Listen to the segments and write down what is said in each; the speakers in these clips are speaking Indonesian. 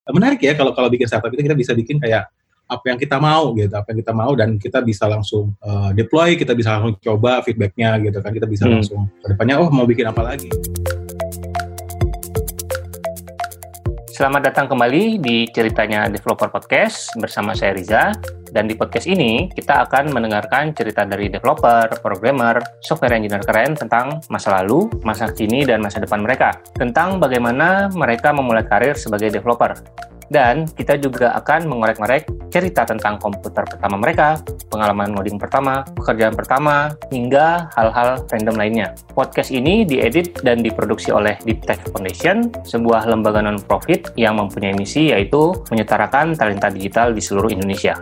menarik ya kalau bikin startup itu kita bisa bikin kayak apa yang kita mau gitu, dan kita bisa langsung deploy, kita bisa langsung coba feedbacknya gitu kan, kita bisa langsung ke depannya mau bikin apa lagi. Selamat datang kembali di Ceritanya Developer Podcast bersama saya Riza. Dan di podcast ini kita akan mendengarkan cerita dari developer, programmer, software engineer keren tentang masa lalu, masa kini, dan masa depan mereka. Tentang bagaimana mereka memulai karir sebagai developer. Dan kita juga akan mengorek-ngorek cerita tentang komputer pertama mereka, pengalaman ngoding pertama, pekerjaan pertama, hingga hal-hal random lainnya. Podcast ini diedit dan diproduksi oleh Deep Tech Foundation, sebuah lembaga non-profit yang mempunyai misi yaitu menyetarakan talenta digital di seluruh Indonesia.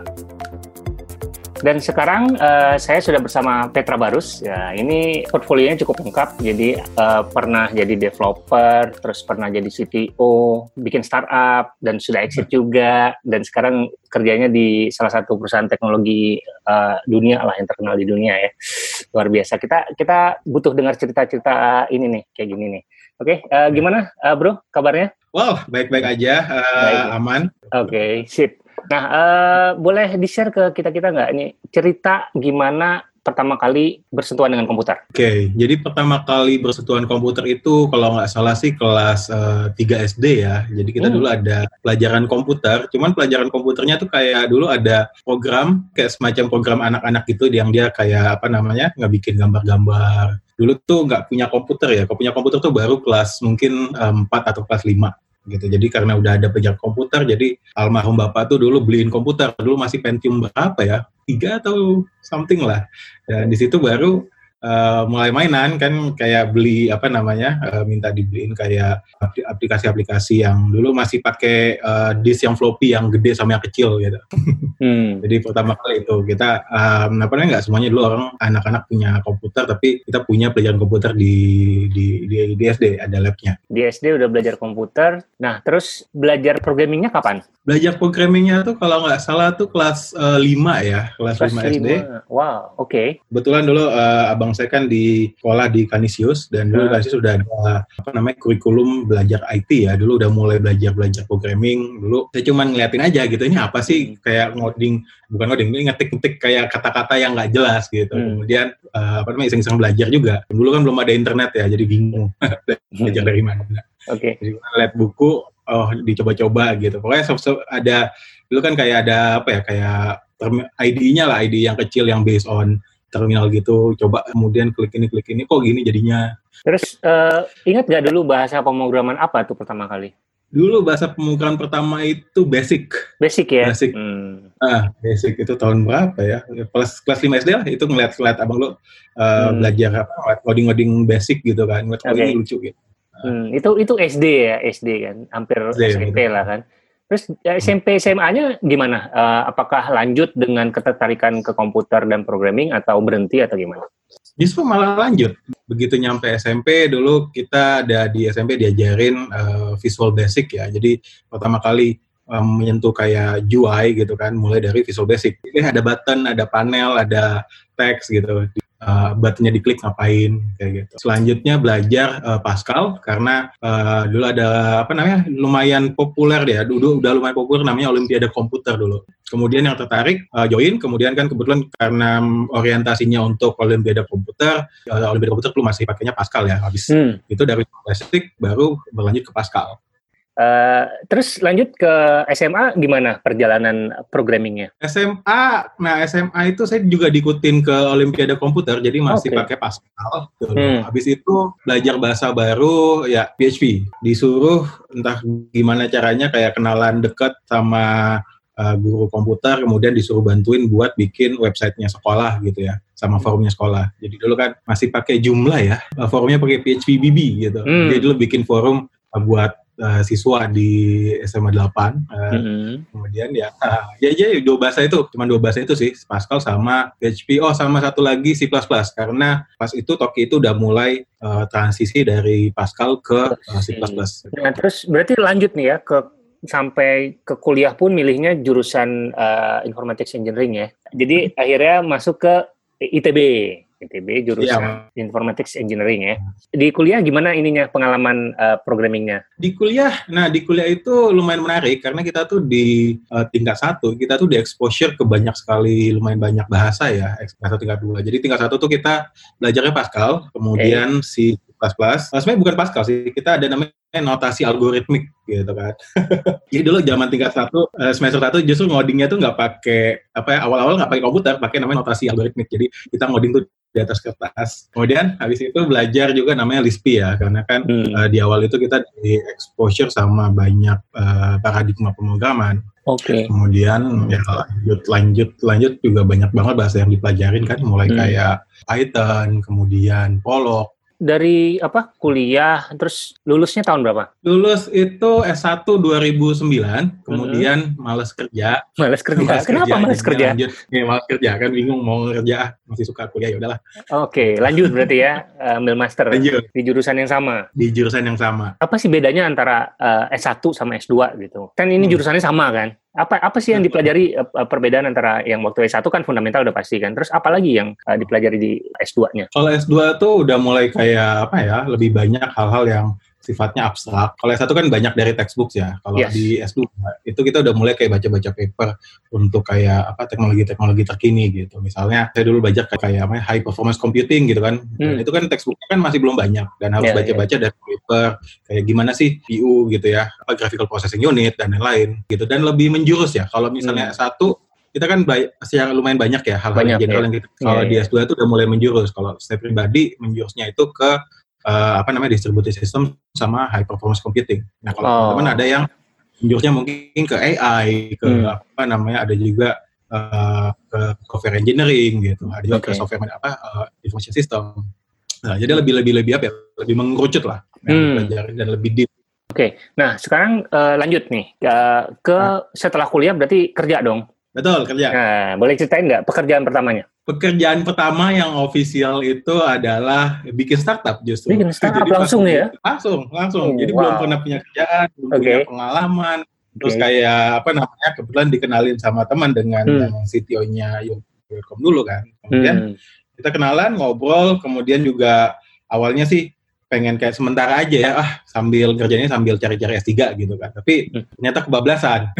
Dan sekarang saya sudah bersama Petra Barus. Ya, ini portfolionya cukup lengkap. Jadi pernah jadi developer, terus pernah jadi CTO, bikin startup, dan sudah exit juga. Dan sekarang kerjanya di salah satu perusahaan teknologi dunia lah, yang terkenal di dunia ya. Luar biasa. Kita butuh dengar cerita-cerita ini nih, kayak gini nih. Oke, gimana bro kabarnya? Wow, baik-baik aja, aman. Oke, sip. Nah, boleh di-share ke kita-kita nggak ini cerita gimana pertama kali bersentuhan dengan komputer? Oke, jadi pertama kali bersentuhan komputer itu kalau nggak salah sih kelas 3 SD ya. Jadi kita dulu ada pelajaran komputer, cuman pelajaran komputernya tuh kayak dulu ada program, kayak semacam program anak-anak gitu yang dia kayak ngebikin gambar-gambar. Dulu tuh nggak punya komputer ya, kalau punya komputer tuh baru kelas mungkin 4 atau kelas 5. Gitu. Jadi karena udah ada pelajaran komputer, jadi almarhum bapak tuh dulu beliin komputer, dulu masih Pentium berapa ya, 3 atau something lah. Dan di situ baru mulai mainan kan, kayak beli minta dibeliin kayak aplikasi-aplikasi yang dulu masih pakai disk yang floppy yang gede sama yang kecil gitu. Jadi pertama kali itu kita nggak semuanya dulu orang anak-anak punya komputer, tapi kita punya pelajaran komputer di SD, ada labnya. Di SD udah belajar komputer. Nah, terus belajar programmingnya kapan? Belajar programmingnya tuh kalau nggak salah tuh kelas 5 ya, kelas 5 SD. Wow, oke. Kebetulan dulu abang saya kan di sekolah di Kanisius, dan dulu Kanisius udah ada kurikulum belajar IT ya. Dulu udah mulai belajar programming. Dulu saya cuma ngeliatin aja gitu, ini apa sih, kayak bukan ngoding, ini ngetik-ngetik kayak kata-kata yang nggak jelas gitu. Kemudian iseng-iseng belajar juga. Dulu kan belum ada internet ya, jadi bingung belajar dari mana. Oke. Jadi lihat buku, dicoba-coba gitu. Pokoknya ada dulu kan kayak ada kayak ID-nya lah, ID yang kecil yang based on terminal gitu. Coba kemudian klik ini, kok gini jadinya. Terus ingat nggak dulu bahasa pemrograman apa tuh pertama kali? Dulu bahasa pemrograman pertama itu Basic. Basic ya? Basic. Basic itu tahun berapa ya? Kelas 5 SD lah, itu ngeliat abang lo belajar coding Basic gitu kan. Ini lucu gitu. Itu SD ya, SD kan, hampir SMP lah kan. Terus SMP SMA-nya gimana? Apakah lanjut dengan ketertarikan ke komputer dan programming atau berhenti atau gimana? Justru malah lanjut. Begitu nyampe SMP dulu kita ada di SMP diajarin Visual Basic ya. Jadi pertama kali menyentuh kayak UI gitu kan, mulai dari Visual Basic. Jadi ada button, ada panel, ada teks gitu. Buttonnya diklik ngapain kayak gitu. Selanjutnya belajar Pascal karena dulu ada lumayan populer ya. Dulu udah lumayan populer, namanya Olimpiade Komputer dulu. Kemudian yang tertarik join, kemudian kan kebetulan karena orientasinya untuk Olimpiade Komputer dulu masih pakainya Pascal ya. Habis itu dari Basic baru berlanjut ke Pascal. Terus lanjut ke SMA gimana perjalanan programmingnya? SMA itu saya juga diikutin ke Olimpiade Komputer, jadi masih pakai Pascal. Habis itu belajar bahasa baru ya PHP. Disuruh entah gimana caranya kayak kenalan dekat sama guru komputer, kemudian disuruh bantuin buat bikin websitenya sekolah gitu ya, sama forumnya sekolah. Jadi dulu kan masih pakai Joomla ya, forumnya pakai PHP BB gitu. Jadi dulu bikin forum buat siswa di SMA 8. Kemudian ya dua bahasa itu sih, Pascal sama PHP. Sama satu lagi C++, karena pas itu Toki itu udah mulai transisi dari Pascal ke C++. Nah, terus berarti lanjut nih ya sampai ke kuliah pun milihnya jurusan Informatics Engineering ya. Jadi akhirnya masuk ke ITB. ITB jurusan Informatics Engineering ya. Di kuliah gimana ininya pengalaman programmingnya? Di kuliah itu lumayan menarik karena kita tuh di tingkat 1 kita tuh di exposure ke banyak sekali, lumayan banyak bahasa ya, tingkat 1 tingkat 2. Jadi tingkat 1 tuh kita belajarnya Pascal, kemudian C++. Sebenarnya bukan Pascal sih, kita ada namanya notasi algoritmik gitu kan. Jadi dulu zaman tingkat 1 semester 1 justru ngodingnya tuh nggak pakai awal-awal nggak pakai komputer, pakai namanya notasi algoritmik. Jadi kita ngoding tuh di atas kertas. Kemudian habis itu belajar juga namanya Lisp ya, karena kan di awal itu kita di exposure sama banyak paradigma pemrograman. Oke. Kemudian ya lanjut juga banyak banget bahasa yang dipelajarin kan, mulai kayak Python, kemudian Polog. Dari kuliah, terus lulusnya tahun berapa? Lulus itu S1 2009, kemudian males kerja. Kenapa males kerja? Lanjut, males kerja kan, bingung mau kerja, masih suka kuliah, ya udahlah. Oke, lanjut berarti ya, ambil master lanjut. Di jurusan yang sama. Di jurusan yang sama. Apa sih bedanya antara S1 sama S2 gitu? Kan ini jurusannya sama kan? Apa sih yang dipelajari perbedaan antara yang waktu S1 kan fundamental udah pasti kan, terus apa lagi yang dipelajari di S2-nya? Kalau S2 tuh udah mulai kayak lebih banyak hal-hal yang sifatnya abstrak. Kalau S1 kan banyak dari textbooks ya. Kalau di S2 itu kita udah mulai kayak baca-baca paper untuk kayak teknologi-teknologi terkini gitu. Misalnya saya dulu belajar kayak high performance computing gitu kan. Dan itu kan textbooknya kan masih belum banyak dan harus baca-baca dari paper kayak gimana sih PU gitu ya, graphical processing unit dan lain-lain gitu, dan lebih menjurus ya. Kalau misalnya S1 kita kan secara lumayan banyak ya hal-hal yang general yang kita. Kalau di S2 itu udah mulai menjurus. Kalau saya pribadi menjurusnya itu ke distributed system sama high performance computing. Nah, kalau teman-teman ada yang menjurusnya mungkin ke AI, ke ada juga ke software engineering gitu. Ada juga ke software information system. Nah, jadi lebih mengerucut lah pelajari dan lebih deep. Oke. Nah, sekarang lanjut nih setelah kuliah berarti kerja dong. Betul, kerja. Nah, boleh ceritain nggak pekerjaan pertamanya? Pekerjaan pertama yang official itu adalah bikin startup justru. Bikin startup jadi langsung ya? Langsung. Jadi belum pernah punya kerjaan, belum punya pengalaman. Terus kayak kebetulan dikenalin sama teman dengan CTO-nya Yogyakarta dulu kan. Kemudian kita kenalan, ngobrol, kemudian juga awalnya sih pengen kayak sementara aja ya, sambil kerjanya sambil cari-cari S3 gitu kan. Tapi ternyata kebablasan.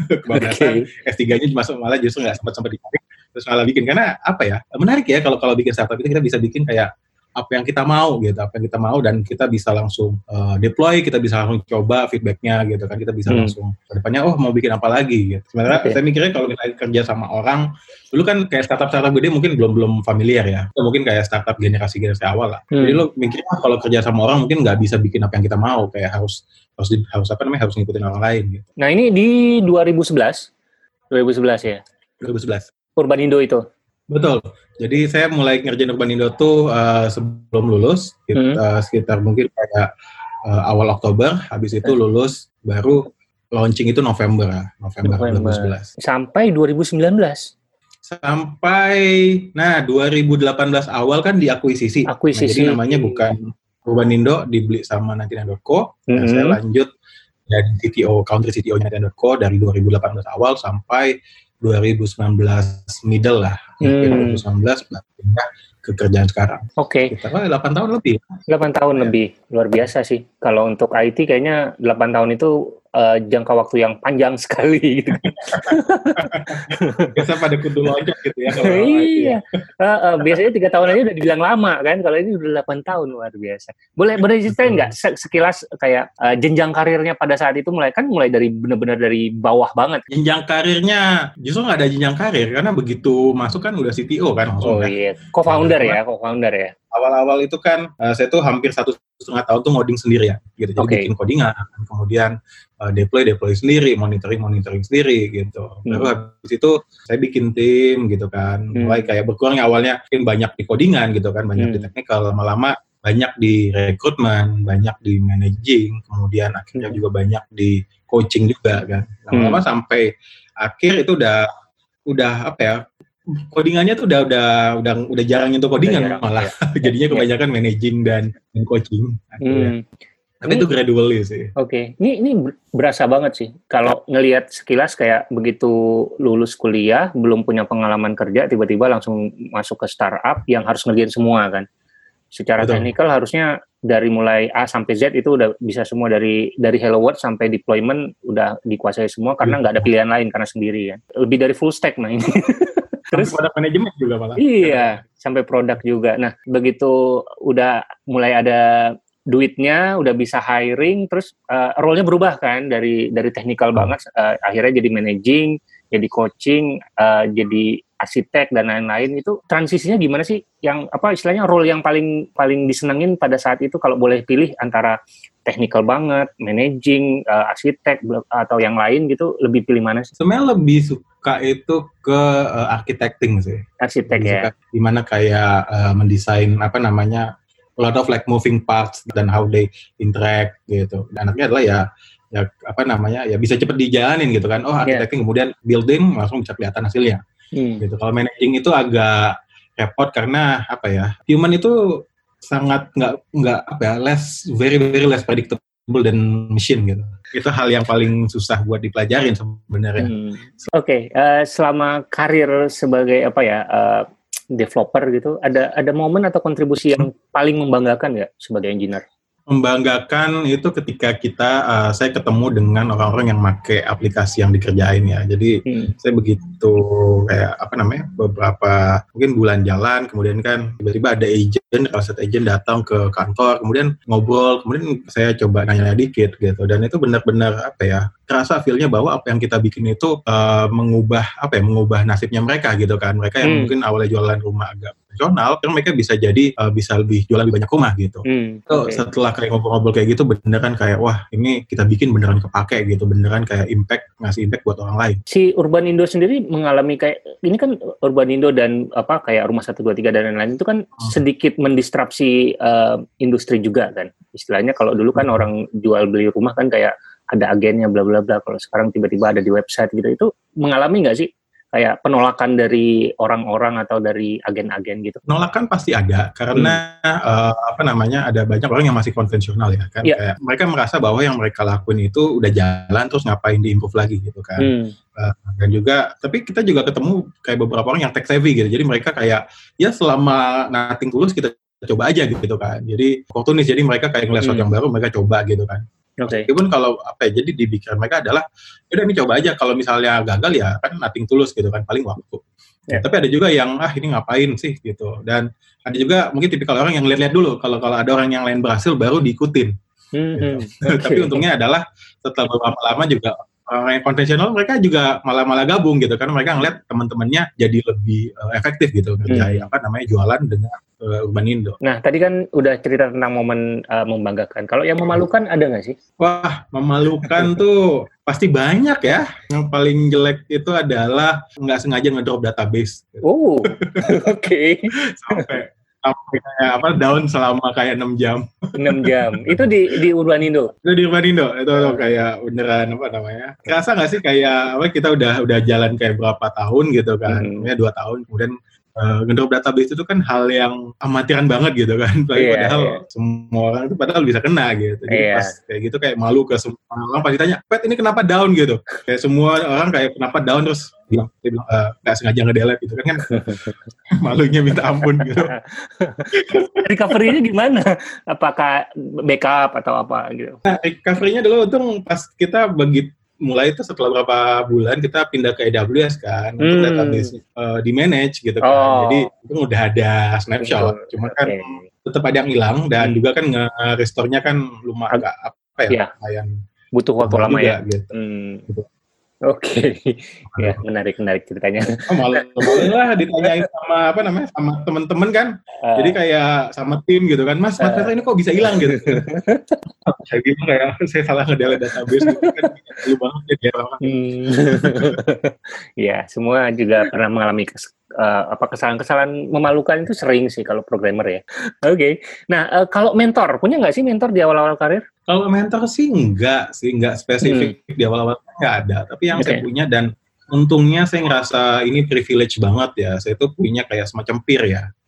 S3-nya malah justru nggak sempat dicari. Terus malah bikin, karena menarik ya kalau bikin startup itu kita bisa bikin kayak apa yang kita mau gitu, dan kita bisa langsung deploy, kita bisa langsung coba feedbacknya gitu kan, kita bisa langsung ke depannya mau bikin apa lagi gitu. Sebenarnya saya mikirnya kalau kita kerja sama orang, dulu kan kayak startup gede mungkin belum familiar ya, atau mungkin kayak startup generasi awal lah. Jadi lo mikirnya kalau kerja sama orang mungkin nggak bisa bikin apa yang kita mau, kayak harus ngikutin orang lain gitu. Nah ini di 2011 ya? 2011. Urbanindo itu? Betul. Jadi saya mulai ngerjain Urbanindo tuh sebelum lulus, sekitar mungkin kayak awal Oktober, habis itu lulus, baru launching itu November 2011. Sampai 2019? Sampai, 2018 awal kan diakuisisi. Nah, jadi namanya bukan Urbanindo, dibeli sama 99.co. Nah, saya lanjut jadi country CTO 99.co dari 2018 awal sampai 2019 middle lah. 2019 pindah ke kerjaan sekarang. Oke. Kita 8 tahun lebih. 8 tahun lebih. Luar biasa sih. Kalau untuk IT kayaknya 8 tahun itu jangka waktu yang panjang sekali gitu. Biasa pada kudu loncat gitu ya. Iya. Biasanya 3 tahun aja udah dibilang lama kan. Kalau ini udah 8 tahun, luar biasa. Boleh ceritain nggak sekilas kayak jenjang karirnya pada saat itu mulai dari benar-benar dari bawah banget. Jenjang karirnya justru nggak ada jenjang karir karena begitu masuk kan udah CTO kan langsung. Iya. Co-founder ya. Awal-awal itu kan saya tuh hampir 1,5 tahun tuh ngoding sendiri ya, gitu. Jadi bikin codingan, kemudian deploy sendiri, monitoring sendiri gitu. Baru habis itu saya bikin tim gitu kan. Mulai kayak berkurang awalnya mungkin banyak di codingan gitu kan, banyak di technical, lama-lama banyak di rekrutmen, banyak di managing, kemudian akhirnya juga banyak di coaching juga kan. Lama-lama sampai akhir itu udah codingannya tuh udah jarang nyentuh codingan malah. Jadinya kebanyakan managing dan coaching. Tapi itu gradually sih. Oke. Ini berasa banget sih. Kalau ngelihat sekilas kayak begitu lulus kuliah, belum punya pengalaman kerja, tiba-tiba langsung masuk ke startup yang harus ngerjain semua kan. Secara teknikal harusnya dari mulai A sampai Z itu udah bisa semua, dari Hello World sampai deployment udah dikuasai semua karena nggak ada pilihan lain karena sendiri kan. Lebih dari full stack ini. Terus product management juga malah. Iya, sampai produk juga. Nah, begitu udah mulai ada duitnya, udah bisa hiring, terus role-nya berubah kan dari technical banget, akhirnya jadi managing, jadi coaching, jadi arsitek dan lain-lain. Itu transisinya gimana sih? Yang apa istilahnya role yang paling disenengin pada saat itu kalau boleh pilih antara technical banget, managing, arsitek atau yang lain gitu, lebih pilih mana sih? Sebenarnya lebih suka itu ke architecting sih. Arsitek ya. Gimana kayak mendesain a lot of like moving parts dan how they interact gitu. Dan anaknya adalah ya bisa cepet dijalanin gitu kan. Architecting kemudian building langsung bisa kelihatan hasilnya. Gitu. Kalau managing itu agak repot karena human itu sangat very less predictable than machine gitu. Itu hal yang paling susah buat dipelajarin sebenarnya. Oke, selama karir sebagai developer gitu, ada momen atau kontribusi yang paling membanggakan nggak sebagai engineer? Membanggakan itu ketika saya ketemu dengan orang-orang yang pakai aplikasi yang dikerjain ya. Jadi saya begitu beberapa mungkin bulan jalan, kemudian kan tiba-tiba ada agent datang ke kantor, kemudian ngobrol, kemudian saya coba nanya dikit gitu, dan itu benar-benar terasa feel-nya bahwa apa yang kita bikin itu mengubah nasibnya mereka gitu kan. Mereka yang mungkin awalnya jualan rumah agak profesional, kan mereka bisa jadi bisa jualan lebih banyak rumah gitu. Setelah kayak ngobrol-ngobrol kayak gitu, beneran kayak wah ini kita bikin beneran kepake gitu, beneran kayak ngasih impact buat orang lain. Si Urbanindo sendiri mengalami kayak ini kan Urbanindo dan kayak Rumah 123 dan lain-lain itu kan sedikit mendistrupsi industri juga kan. Istilahnya kalau dulu kan orang jual beli rumah kan kayak ada agennya bla bla bla. Kalau sekarang tiba-tiba ada di website gitu, itu mengalami nggak sih kayak penolakan dari orang-orang atau dari agen-agen gitu? Penolakan pasti ada karena ada banyak orang yang masih konvensional ya kan. Kayak mereka merasa bahwa yang mereka lakuin itu udah jalan, terus ngapain di-improve lagi gitu kan. Dan juga, tapi kita juga ketemu kayak beberapa orang yang tech savvy gitu. Jadi mereka kayak ya selama nothing tulus kita coba aja gitu kan. Jadi opportunis, jadi mereka kayak ngeliat sesuatu yang baru, mereka coba gitu kan. Meskipun kalau jadi di pikiran mereka adalah udah ini coba aja, kalau misalnya gagal ya kan nothing tulus gitu kan, paling waktu. Tapi ada juga yang ini ngapain sih gitu, dan ada juga mungkin tipikal orang yang lihat-lihat dulu, kalau ada orang yang lain berhasil baru diikutin. Gitu. Tapi untungnya adalah setelah beberapa lama juga orang yang konvensional mereka juga malah gabung gitu, karena mereka ngeliat teman-temannya jadi lebih efektif gitu ngerjain jualan dengan Urbanindo. Nah, tadi kan udah cerita tentang momen membanggakan. Kalau yang memalukan ada nggak sih? Wah, memalukan tuh pasti banyak ya. Yang paling jelek itu adalah nggak sengaja ngedrop database. Oke. Sampai kayak down selama kayak 6 jam. 6 jam. Itu di Urbanindo? Itu di Urbanindo. Itu kayak beneran kerasa nggak sih kayak kita udah jalan kayak berapa tahun gitu kan. 2 tahun, kemudian ngedrop database itu kan hal yang amatiran banget gitu kan. Padahal semua orang itu padahal bisa kena gitu. Jadi pas kayak gitu kayak malu ke semua orang, pasti tanya, "Pet, ini kenapa down?" gitu. Kayak semua orang kayak kenapa down, terus dia bilang nggak sengaja nge-delete gitu kan malunya minta ampun gitu. Recovery-nya gimana? Apakah backup atau apa gitu? Nah, recovery-nya dulu untung pas kita mulai itu setelah beberapa bulan kita pindah ke AWS kan, untuk database di manage gitu kan. Jadi itu udah ada snapshot, cuma kan tetap ada yang hilang, dan juga kan nge-restore-nya kan lumayan lumayan butuh waktu lama ya gitu. Oke. Ya, menarik ceritanya. Malah ditanyain sama sama teman-teman kan. Jadi kayak sama tim gitu kan, Mas ini kok bisa hilang gitu. Saya bilang kayak saya salah nge-delete database gitu kan. Dulu banget ya Ya, semua juga pernah mengalami kesalahan-kesalahan memalukan itu sering sih kalau programmer ya. Oke. Nah, kalau mentor, punya nggak sih mentor di awal-awal karir? Kalau mentor sih enggak spesifik di awal-awal nggak ada. Tapi yang saya punya, dan untungnya saya ngerasa ini privilege banget ya. Saya tuh punya kayak semacam peer ya.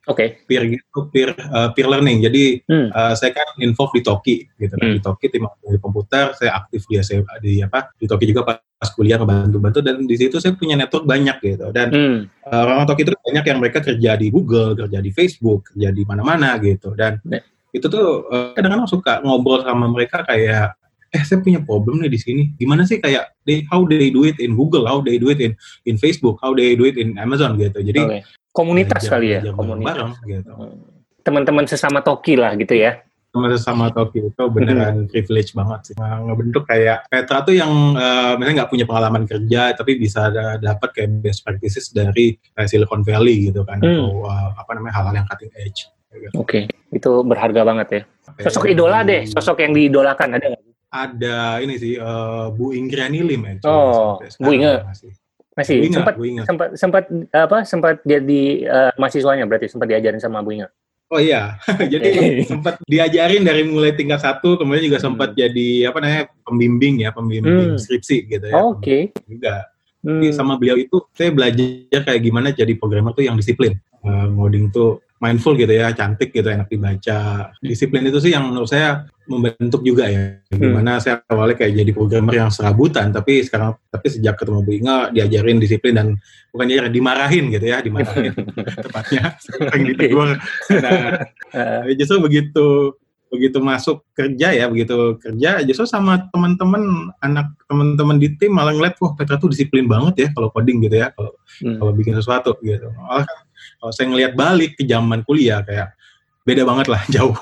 peer learning. Jadi saya kan involved di Toki gitu kan. Di Toki tim dari komputer, saya aktif di Toki juga pas kuliah ngebantu-bantu, dan di situ saya punya network banyak gitu. Dan orang Toki itu banyak yang mereka kerja di Google, kerja di Facebook, kerja di mana-mana gitu. Dan itu tuh kadang-kadang suka ngobrol sama mereka kayak, saya punya problem nih di sini. Gimana sih kayak how they do it in Google, how they do it in Facebook, how they do it in Amazon gitu. Jadi komunitas kali ya, komunitas gitu. Teman-teman sesama Toki lah gitu ya. Teman sesama Toki itu beneran privilege banget sih. Ngebentuk kayak Petra tuh yang misalnya nggak punya pengalaman kerja tapi bisa dapat kayak best practices dari Silicon Valley gitu kan, atau hal-hal yang cutting edge. Oke, itu berharga banget ya. Sosok idola deh, sosok yang diidolakan ada nggak? Ada ini sih, Bu Ingriani Lim. Bu Inge. Masih sempat jadi mahasiswanya, berarti sempat diajarin sama Bu Inge. Oh iya, jadi sempat diajarin dari mulai tingkat 1, kemudian juga sempat jadi pembimbing skripsi gitu ya. Oke. Juga. Jadi sama beliau itu saya belajar kayak gimana jadi programmer tuh yang disiplin. Ngoding tuh mindful gitu ya, cantik gitu, enak dibaca. Disiplin itu sih yang menurut saya membentuk juga ya. Gimana saya awalnya kayak jadi programmer yang serabutan, tapi sejak ketemu Bu Inge diajarin disiplin, dan bukan dimarahin gitu ya, tepatnya sering ditegur. Nah, justru begitu masuk kerja justru sama teman-teman di tim malah ngeliat, wah Petra tuh disiplin banget ya kalau coding gitu ya, kalau bikin sesuatu gitu. Malah kan kalau saya ngelihat balik ke zaman kuliah kayak beda banget lah, jauh.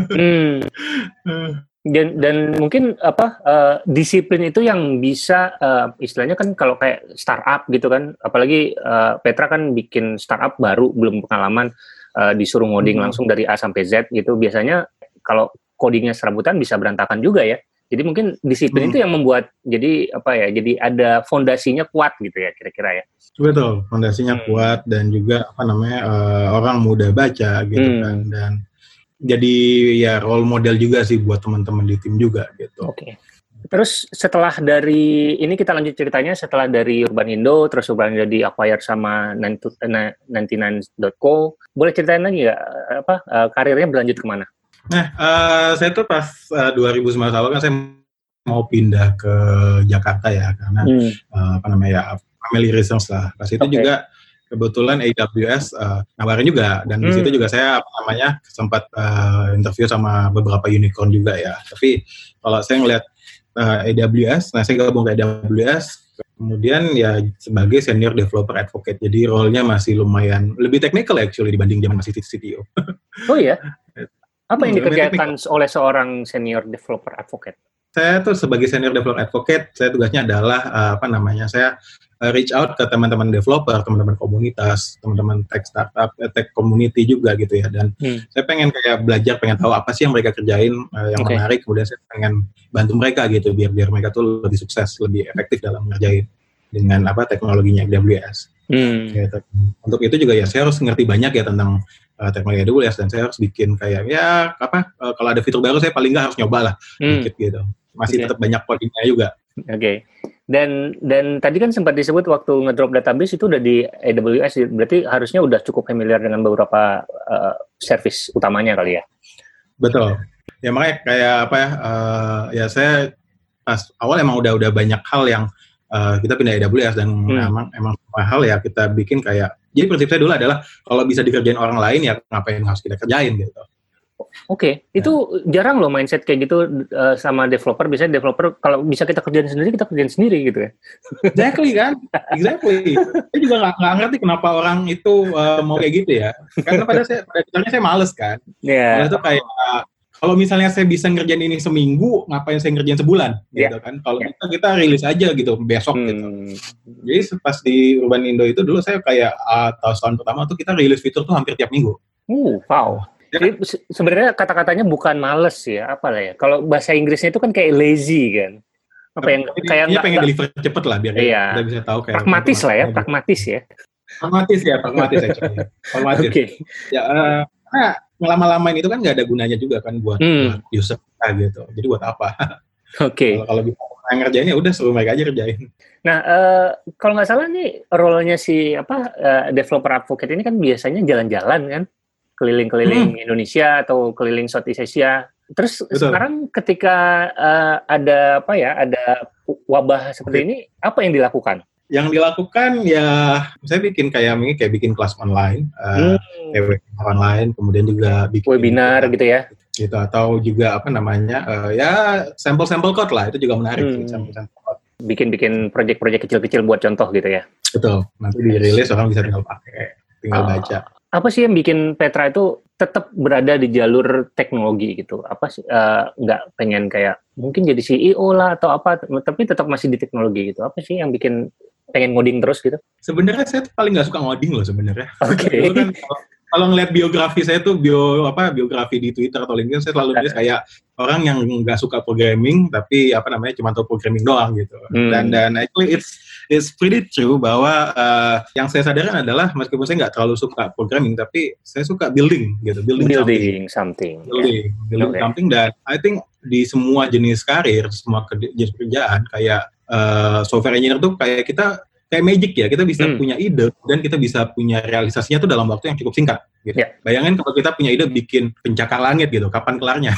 Dan mungkin disiplin itu yang bisa istilahnya kan kalau kayak startup gitu kan, apalagi Petra kan bikin startup baru, belum pengalaman, disuruh ngoding langsung dari A sampai Z gitu, biasanya kalau codingnya serabutan bisa berantakan juga ya. Jadi mungkin disiplin itu yang membuat jadi ada fondasinya kuat gitu ya kira-kira ya. Betul, fondasinya kuat, dan juga orang mudah baca gitu kan, dan jadi ya role model juga sih buat teman-teman di tim juga gitu. Oke. Terus setelah dari ini kita lanjut ceritanya, setelah dari Urbanindo, terus Urbanindo di acquire sama 99.co, boleh ceritain lagi nggak karirnya berlanjut kemana? Nah, saya tuh pas 2019 awal kan saya mau pindah ke Jakarta ya, karena family reasons lah. Pas itu juga kebetulan AWS nawarin juga, dan di situ juga saya sempat interview sama beberapa unicorn juga ya. Tapi kalau saya ngelihat AWS, saya gabung ke AWS, kemudian ya sebagai senior developer advocate. Jadi role-nya masih lumayan lebih technical actually dibanding zaman masih CTO. Oh ya? Apa yang dikerjakan oleh seorang senior developer advocate? Saya tuh sebagai senior developer advocate, saya tugasnya adalah saya reach out ke teman-teman developer, teman-teman komunitas, teman-teman tech startup, tech community juga gitu ya. Dan saya pengen kayak belajar, pengen tahu apa sih yang mereka kerjain yang menarik, kemudian saya pengen bantu mereka gitu biar mereka tuh lebih sukses, lebih efektif dalam ngerjain dengan teknologinya AWS. Gitu. Untuk itu juga ya saya harus ngerti banyak ya tentang teknologi AWS, dan saya harus bikin kayak kalau ada fitur baru saya paling nggak harus nyoba lah dikit gitu. Masih tetap banyak codingnya juga. Oke. Dan tadi kan sempat disebut waktu ngedrop database itu udah di AWS, berarti harusnya udah cukup familiar dengan beberapa service utamanya kali ya. Betul. Ya makanya kayak ya saya pas awal emang udah banyak hal yang kita pindah AWS, dan emang semua hal ya kita bikin kayak, jadi prinsip saya dulu adalah kalau bisa dikerjain orang lain ya ngapain harus kita kerjain gitu. Oke. Itu jarang loh mindset kayak gitu sama developer. Biasanya developer kalau bisa kita kerjain sendiri gitu ya. Exactly kan? Exactly. Saya juga nggak ngerti kenapa orang itu mau kayak gitu ya. Karena pada dasarnya saya males kan. Males itu kayak kalau misalnya saya bisa ngerjain ini seminggu, ngapain saya ngerjain sebulan gitu kan? Kalau kita rilis aja gitu besok gitu. Jadi pas di Urbanindo itu dulu saya kayak tahun pertama tuh kita rilis fitur tuh hampir tiap minggu. Wow. Jadi sebenarnya kata-katanya bukan males ya, apalah ya. Kalau bahasa Inggrisnya itu kan kayak lazy kan. Apa yang kayak dia pengen deliver cepet lah biar kita bisa tahu kayak pragmatis lah ya, pragmatis ya. Pragmatis actually. Pragmatis. Oke. Ya ngelama-lamain itu kan nggak ada gunanya juga kan buat user kita gitu. Jadi buat apa? Oke. Kalau bisa ngerjainnya udah suruh mereka aja kerjain. Nah, kalau nggak salah nih role-nya si developer advocate ini kan biasanya jalan-jalan kan? keliling-keliling Indonesia atau keliling Southeast Asia. Terus Betul. sekarang ketika ada wabah seperti ini, apa yang dilakukan? Yang dilakukan ya, saya bikin kayak bikin kelas online, kayak webinar online, kemudian juga bikin webinar gitu ya. Gitu, atau juga ya sampel-sampel code lah, itu juga menarik sih, sampel-sampel code. Bikin proyek-proyek kecil-kecil buat contoh gitu ya. Betul, nanti dirilis orang bisa tinggal pakai, tinggal baca. Apa sih yang bikin Petra itu tetap berada di jalur teknologi gitu? Apa sih, nggak pengen kayak mungkin jadi CEO lah atau apa, tapi tetap masih di teknologi gitu? Apa sih yang bikin pengen ngoding terus gitu? Sebenarnya saya tuh paling nggak suka ngoding loh sebenarnya. Oke. Dulu kan kalau ngeliat biografi saya tuh biografi di Twitter atau LinkedIn, saya selalu nulis kayak orang yang nggak suka programming tapi cuma tahu programming doang gitu. Dan actually it's pretty true bahwa yang saya sadarkan adalah meskipun saya nggak terlalu suka programming tapi saya suka building something. Dan I think di semua jenis karir, semua jenis pekerjaan kayak software engineer tuh kayak magic ya, kita bisa punya ide dan kita bisa punya realisasinya tuh dalam waktu yang cukup singkat gitu. Yeah. Bayangin kalau kita punya ide bikin pencakar langit gitu, kapan kelarnya?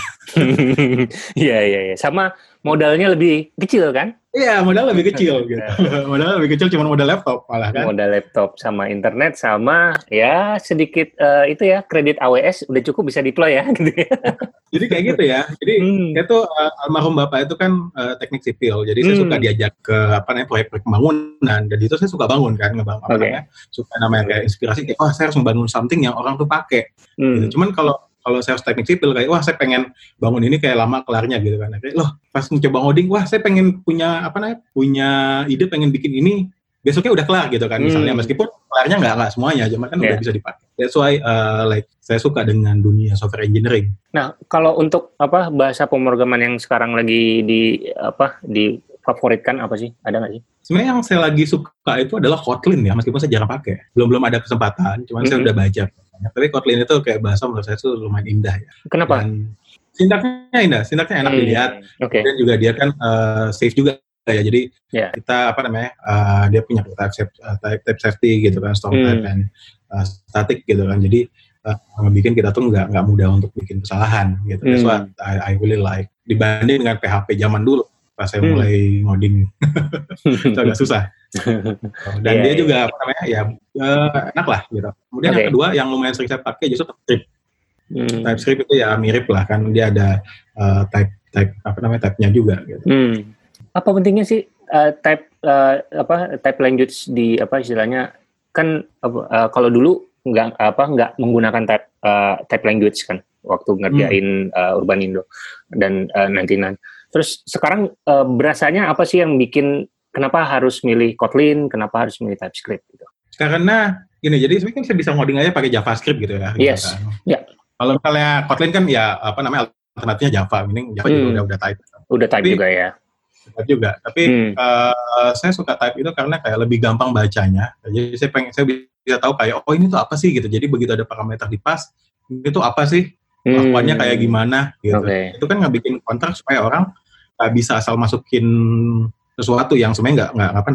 Iya. Sama modalnya lebih kecil kan? Iya, modal lebih kecil gitu. Modal lebih kecil, cuma modal laptop malah kan. Modal laptop sama internet sama ya sedikit itu ya, kredit AWS udah cukup bisa deploy ya gitu. Jadi kayak gitu ya. Jadi itu almarhum bapak itu kan teknik sipil. Jadi saya suka diajak ke proyek-proyek pembangunan, dan itu saya suka bangun kan, suka namanya kayak inspirasi kayak saya harus membangun something yang orang tuh pakai. Gitu. Cuman kalau saya harus teknik sipil kayak saya pengen bangun ini kayak lama kelarnya gitu kan. Kayak pas mencoba ngoding, saya pengen punya ide pengen bikin ini besoknya udah kelar gitu kan. Misalnya meskipun kelarnya nggak semuanya, cuma kan udah bisa dipakai. That's why saya suka dengan dunia software engineering. Nah, kalau untuk bahasa pemrograman yang sekarang lagi difavoritkan apa sih? Ada nggak sih? Sebenarnya yang saya lagi suka itu adalah Kotlin ya, meskipun saya jarang pakai. Belum ada kesempatan, cuman saya udah baca. Tapi Kotlin itu kayak bahasa menurut saya itu lumayan indah ya. Kenapa? Dan sintaksnya enak dilihat. Dan juga dia kan safe juga ya. Jadi kita dia punya type safety gitu kan, strong type dan static gitu kan. Jadi bikin kita tuh nggak mudah untuk bikin kesalahan gitu. That's what I really like. Dibanding dengan PHP zaman dulu pas saya mulai ngoding, itu agak susah. Dan dia juga enak lah gitu. Kemudian yang kedua yang lumayan sering saya pakai justru TypeScript. TypeScript itu ya mirip lah kan, dia ada type-nya juga gitu. Apa pentingnya sih type language di istilahnya kan kalau dulu nggak menggunakan type language kan waktu ngerjain Urban Indo dan 99. Terus sekarang berasanya apa sih yang bikin kenapa harus milih Kotlin, kenapa harus milih TypeScript gitu? Karena gini, jadi sebenarnya saya bisa ngoding aja pakai JavaScript gitu ya. Yes. Gitu kan. Ya. Kalau misalnya Kotlin kan ya alternatifnya Java, meaning Java juga udah type. Udah type juga ya. Type juga. Tapi saya suka type itu karena kayak lebih gampang bacanya. Jadi saya bisa tahu kayak ini tuh apa sih gitu. Jadi begitu ada parameter di pass, itu apa sih? Lakuannya kayak gimana gitu. Itu kan ngebikin kontrak supaya orang nggak bisa asal masukin sesuatu yang sebenarnya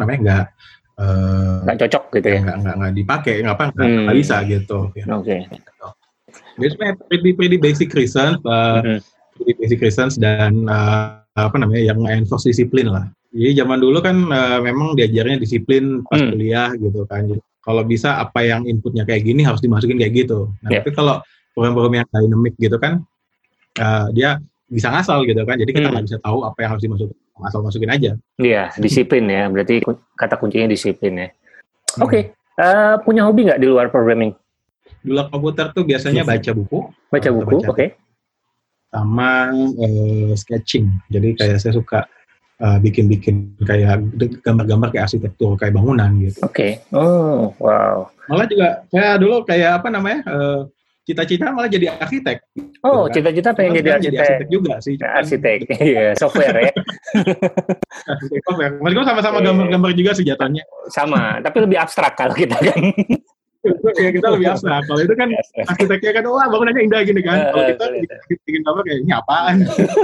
nggak cocok gitu ya, nggak dipakai, nggak bisa gitu. Jadi sebenarnya pretty basic reasons dan yang enforce disiplin lah. Jadi zaman dulu kan memang diajarnya disiplin pas kuliah gitu kan. Jadi, kalau bisa apa yang inputnya kayak gini harus dimasukin kayak gitu. Nah tapi kalau program-program yang dynamic gitu kan, dia bisa ngasal gitu kan, jadi kita nggak bisa tahu apa yang harus dimasukin, asal masukin aja. Iya, disiplin ya, berarti kata kuncinya disiplin ya. Oke. Punya hobi nggak di luar programming? Di luar komputer tuh biasanya baca buku. Oke. Sama sketching, jadi kayak saya suka bikin kayak gambar-gambar kayak arsitektur, kayak bangunan gitu. Oke. Oh, wow. Malah juga saya dulu kayak cita-cita malah jadi arsitek. Oh, gitu, cita-cita pengen jadi arsitek juga sih. Arsitek, iya, software ya. Arsitek software. Meskipun sama-sama gambar-gambar juga sih jatuhnya. Sama, tapi lebih abstrak kalau kita kan. Ya, kita lebih abstrak. Kalau itu kan arsiteknya kan, bangunannya indah gini kan. Kalau kita bikin gambar kayak ini apaan?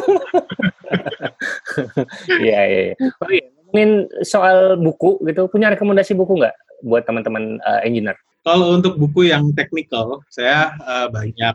Iya. Oh iya, ngomongin soal buku gitu, punya rekomendasi buku nggak buat teman-teman engineer? Kalau untuk buku yang teknikal, saya banyak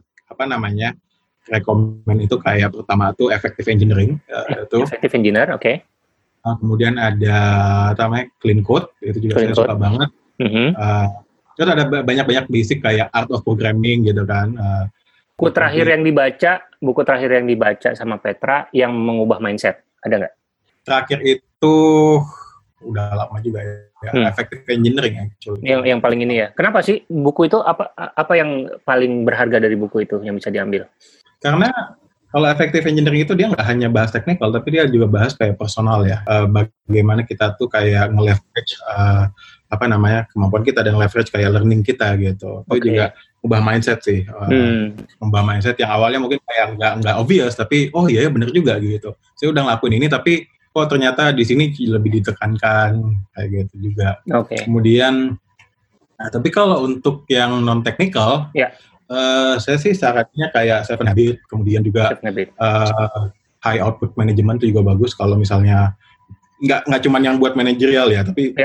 rekomen itu kayak pertama tuh Effective Engineering itu. Effective Engineer, oke. Kemudian ada namanya Clean Code, itu juga Clean saya Code. suka banget. Terus ada banyak basic kayak Art of Programming gitu kan. Buku terakhir yang dibaca sama Petra yang mengubah mindset, ada nggak? Terakhir itu udah lama juga ya. Effective Engineering actually. Yang paling ini ya. Kenapa sih buku itu apa yang paling berharga dari buku itu yang bisa diambil? Karena kalau Effective Engineering itu dia nggak hanya bahas teknikal, tapi dia juga bahas kayak personal ya. Bagaimana kita tuh kayak nge-leverage kemampuan kita dan leverage kayak learning kita gitu. Itu juga ubah mindset sih. Ubah mindset yang awalnya mungkin kayak nggak obvious, tapi oh iya bener juga gitu. Saya udah ngelakuin ini, tapi ternyata di sini lebih ditekankan kayak gitu juga. Kemudian, tapi kalau untuk yang non teknikal, saya sih sarannya kayak Seven Habits, kemudian juga High Output Management itu juga bagus kalau misalnya nggak cuma yang buat manajerial ya, tapi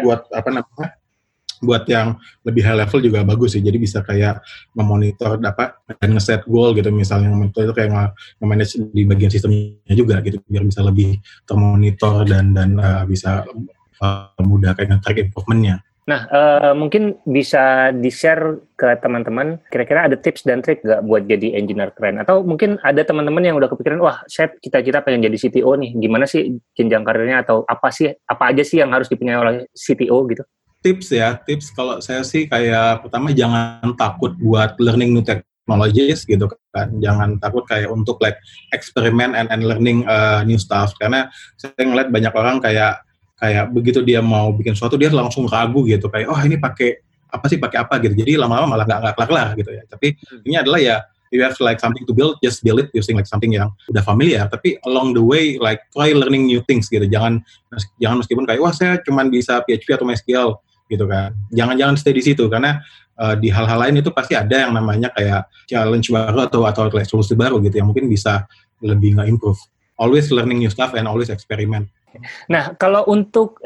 buat yang lebih high level juga bagus sih. Jadi bisa kayak memonitor dan nge-set goal gitu, misalnya memonitor itu kayak nge-manage di bagian sistemnya juga gitu, biar bisa lebih termonitor dan bisa mudah kayak nge-track improvement-nya. Nah, mungkin bisa di-share ke teman-teman, kira-kira ada tips dan trik nggak buat jadi engineer keren? Atau mungkin ada teman-teman yang udah kepikiran, wah, saya cita-cita pengen jadi CTO nih, gimana sih jenjang karirnya, atau apa aja sih yang harus dipunyai oleh CTO gitu? Tips kalau saya sih kayak pertama jangan takut buat learning new technologies gitu kan, jangan takut kayak untuk experiment and learning new stuff, karena saya ngeliat banyak orang kayak begitu dia mau bikin sesuatu dia langsung ragu gitu, kayak ini pakai apa gitu, jadi lama-lama malah nggak kelar gitu ya. Tapi ini adalah ya, you have something to build, just build it using something yang udah familiar, tapi along the way try learning new things gitu. Jangan meskipun kayak saya cuma bisa PHP atau MySQL gitu kan, jangan stay di situ, karena di hal-hal lain itu pasti ada yang namanya kayak challenge baru atau solusi baru gitu yang mungkin bisa lebih nge-improve. Always learning new stuff and always experiment. Nah, kalau untuk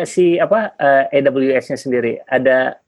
AWS-nya sendiri ada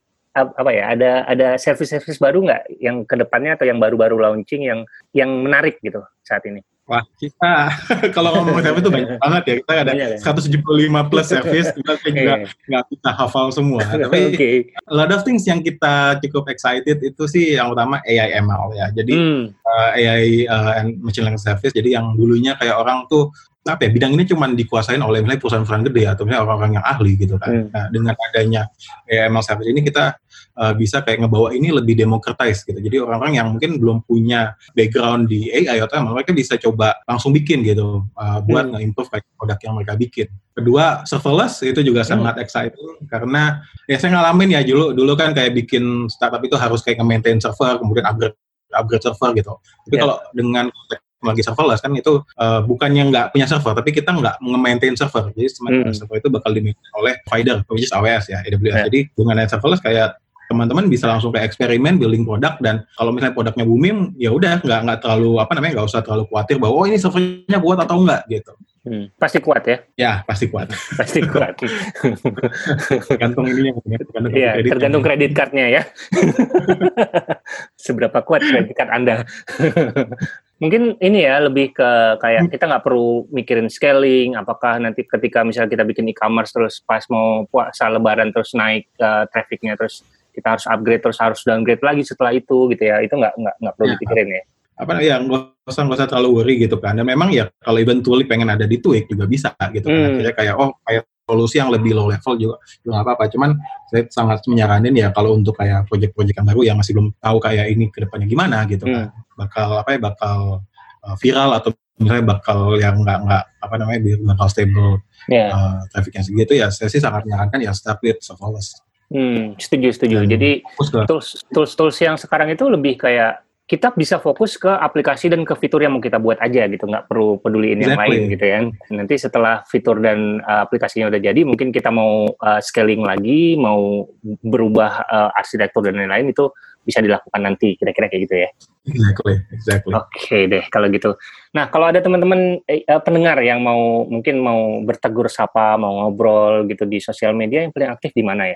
ada service baru nggak yang kedepannya atau yang baru-baru launching yang menarik gitu saat ini? Wah, kita kalau ngomong service itu banyak banget ya. Kita ada 175 plus service, kita juga nggak kita hafal semua. Tapi a lot of things yang kita cukup excited itu sih yang utama AI ML ya. Jadi AI and machine learning service. Jadi yang dulunya kayak orang tuh bidang ini cuma dikuasain oleh misalnya perusahaan-perusahaan gede atau misalnya orang-orang yang ahli gitu kan. Nah, dengan adanya AI ML service ini kita bisa kayak ngebawa ini lebih democratize gitu. Jadi orang-orang yang mungkin belum punya background di AI atau ML, mereka bisa coba langsung bikin gitu buat nge-improve kayak produk yang mereka bikin. Kedua, serverless itu juga sangat exciting karena ya saya ngalamin ya dulu kan kayak bikin startup itu harus kayak nge-maintain server, kemudian upgrade server gitu. Tapi kalau dengan teknologi serverless kan itu bukannya nggak punya server, tapi kita nggak nge-maintain server. Jadi server itu bakal di-maintain oleh provider, which is AWS ya, AWS. Jadi dengan serverless kayak teman-teman bisa langsung kayak eksperimen building produk, dan kalau misalnya produknya booming ya udah nggak terlalu nggak usah terlalu khawatir bahwa ini servernya kuat atau enggak gitu. Pasti kuat ya? Ya pasti kuat. Pasti kuat. Tergantung ininya, tergantung kredit cardnya ya. Seberapa kuat kredit card Anda? Mungkin ini ya lebih ke kayak kita nggak perlu mikirin scaling, apakah nanti ketika misalnya kita bikin e-commerce terus pas mau puasa lebaran terus naik trafficnya, terus kita harus upgrade terus harus downgrade lagi setelah itu gitu ya, itu nggak perlu dipikirin ya. Nggak usah terlalu worry gitu kan. Dan memang ya kalau eventually pengen ada di Twig juga bisa gitu kan. Akhirnya kayak kayak solusi yang lebih low level juga nggak apa-apa. Cuman saya sangat menyaranin ya kalau untuk kayak proyek-proyek yang baru yang masih belum tahu kayak ini kedepannya gimana gitu kan. Bakal viral atau misalnya bakal yang nggak bakal stable trafficnya segitu ya. Saya sih sangat menyarankan ya start with serverless. Setuju. Jadi tools yang sekarang itu lebih kayak kita bisa fokus ke aplikasi dan ke fitur yang mau kita buat aja gitu, nggak perlu peduliin yang lain gitu ya. Nanti setelah fitur dan aplikasinya udah jadi, mungkin kita mau scaling lagi, mau berubah arsitektur dan lain-lain, itu bisa dilakukan nanti, kira-kira kayak gitu ya. Exactly. Oke deh kalau gitu. Nah, kalau ada teman-teman pendengar yang mungkin mau bertegur sapa, mau ngobrol gitu di sosial media, yang paling aktif di mana ya?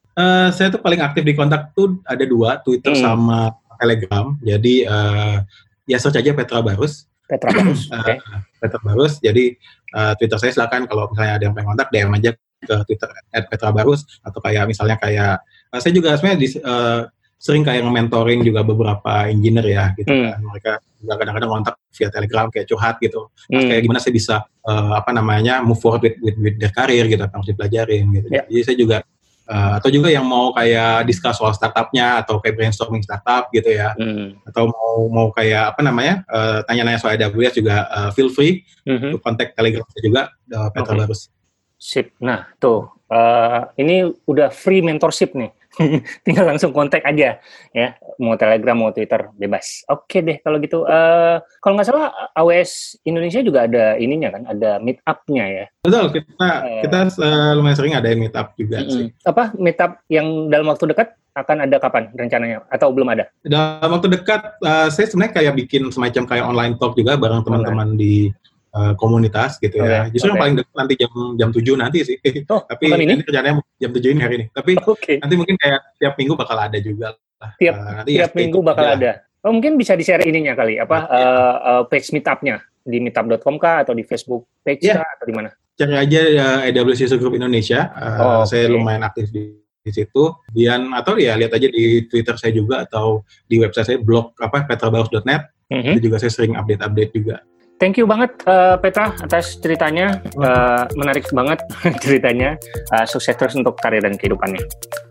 Saya tuh paling aktif di kontak tuh ada 2, Twitter sama Telegram. Jadi ya search aja Petra Barus. Petra Barus, oke. Petra Barus. Jadi Twitter saya silakan kalau misalnya ada yang pengen kontak, DM aja ke Twitter @petrabarus, atau kayak misalnya kayak saya juga sebenarnya sering kayak nge-mentoring juga beberapa engineer ya gitu kan. Mereka juga kadang-kadang kontak via Telegram kayak curhat gitu. Nah, kayak gimana saya bisa move forward with their career gitu, apa yang harus dipelajarin gitu. Yeah. Jadi saya juga atau juga yang mau kayak discuss soal startupnya atau kayak brainstorming startup gitu ya. Atau mau kayak tanya-nanya soal AWS juga feel free to kontak Telegram saya juga Petra Barus. Sip. Nah, tuh ini udah free mentorship nih. Tinggal langsung kontak aja ya, mau Telegram mau Twitter bebas. Oke deh kalau gitu. Kalau nggak salah AWS Indonesia juga ada ininya kan, ada meet up-nya ya. Betul, kita lumayan sering ada meet up juga sih. Apa meet up yang dalam waktu dekat akan ada kapan rencananya atau belum ada? Dalam waktu dekat saya sebenarnya kayak bikin semacam kayak online talk juga bareng teman-teman di komunitas gitu ya. Justru yang paling dekat nanti jam 7 nanti sih. Tapi ini kerjanya jam 7 ini hari ini. Tapi nanti mungkin kayak tiap minggu bakal ada juga lah. Tiap minggu bakal ada. Oh, mungkin bisa di-share ininya kali page meetup-nya di meetup.com kah atau di Facebook page kah atau di mana? Cari aja AWS User Group Indonesia. Saya lumayan aktif di situ. Atau lihat aja di Twitter saya juga atau di website saya blog petrabarus.net. Itu juga saya sering update juga. Thank you banget Petra atas ceritanya, menarik banget ceritanya. Sukses terus untuk karir dan kehidupannya.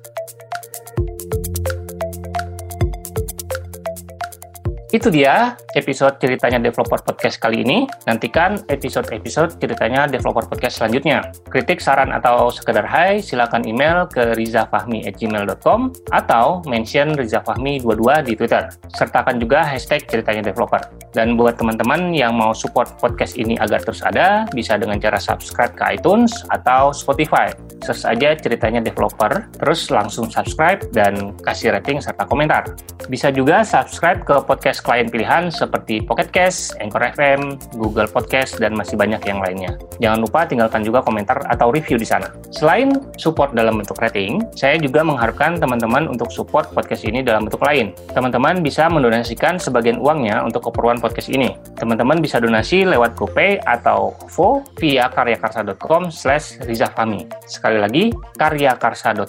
Itu dia episode Ceritanya Developer Podcast kali ini. Nantikan episode-episode Ceritanya Developer Podcast selanjutnya. Kritik, saran, atau sekedar hai, silakan email ke rizafahmi@gmail.com atau mention rizafahmi22 di Twitter. Sertakan juga hashtag Ceritanya Developer. Dan buat teman-teman yang mau support podcast ini agar terus ada, bisa dengan cara subscribe ke iTunes atau Spotify. Search aja Ceritanya Developer, terus langsung subscribe dan kasih rating serta komentar. Bisa juga subscribe ke podcast klien pilihan seperti Pocket Cast, Anchor FM, Google Podcast, dan masih banyak yang lainnya. Jangan lupa tinggalkan juga komentar atau review di sana. Selain support dalam bentuk rating, saya juga mengharapkan teman-teman untuk support podcast ini dalam bentuk lain. Teman-teman bisa mendonasikan sebagian uangnya untuk keperluan podcast ini. Teman-teman bisa donasi lewat GoPay atau OVO via karyakarsa.com/rizafahmi. Sekali lagi,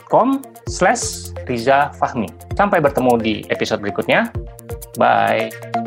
karyakarsa.com/rizafahmi. Sampai bertemu di episode berikutnya. Bye.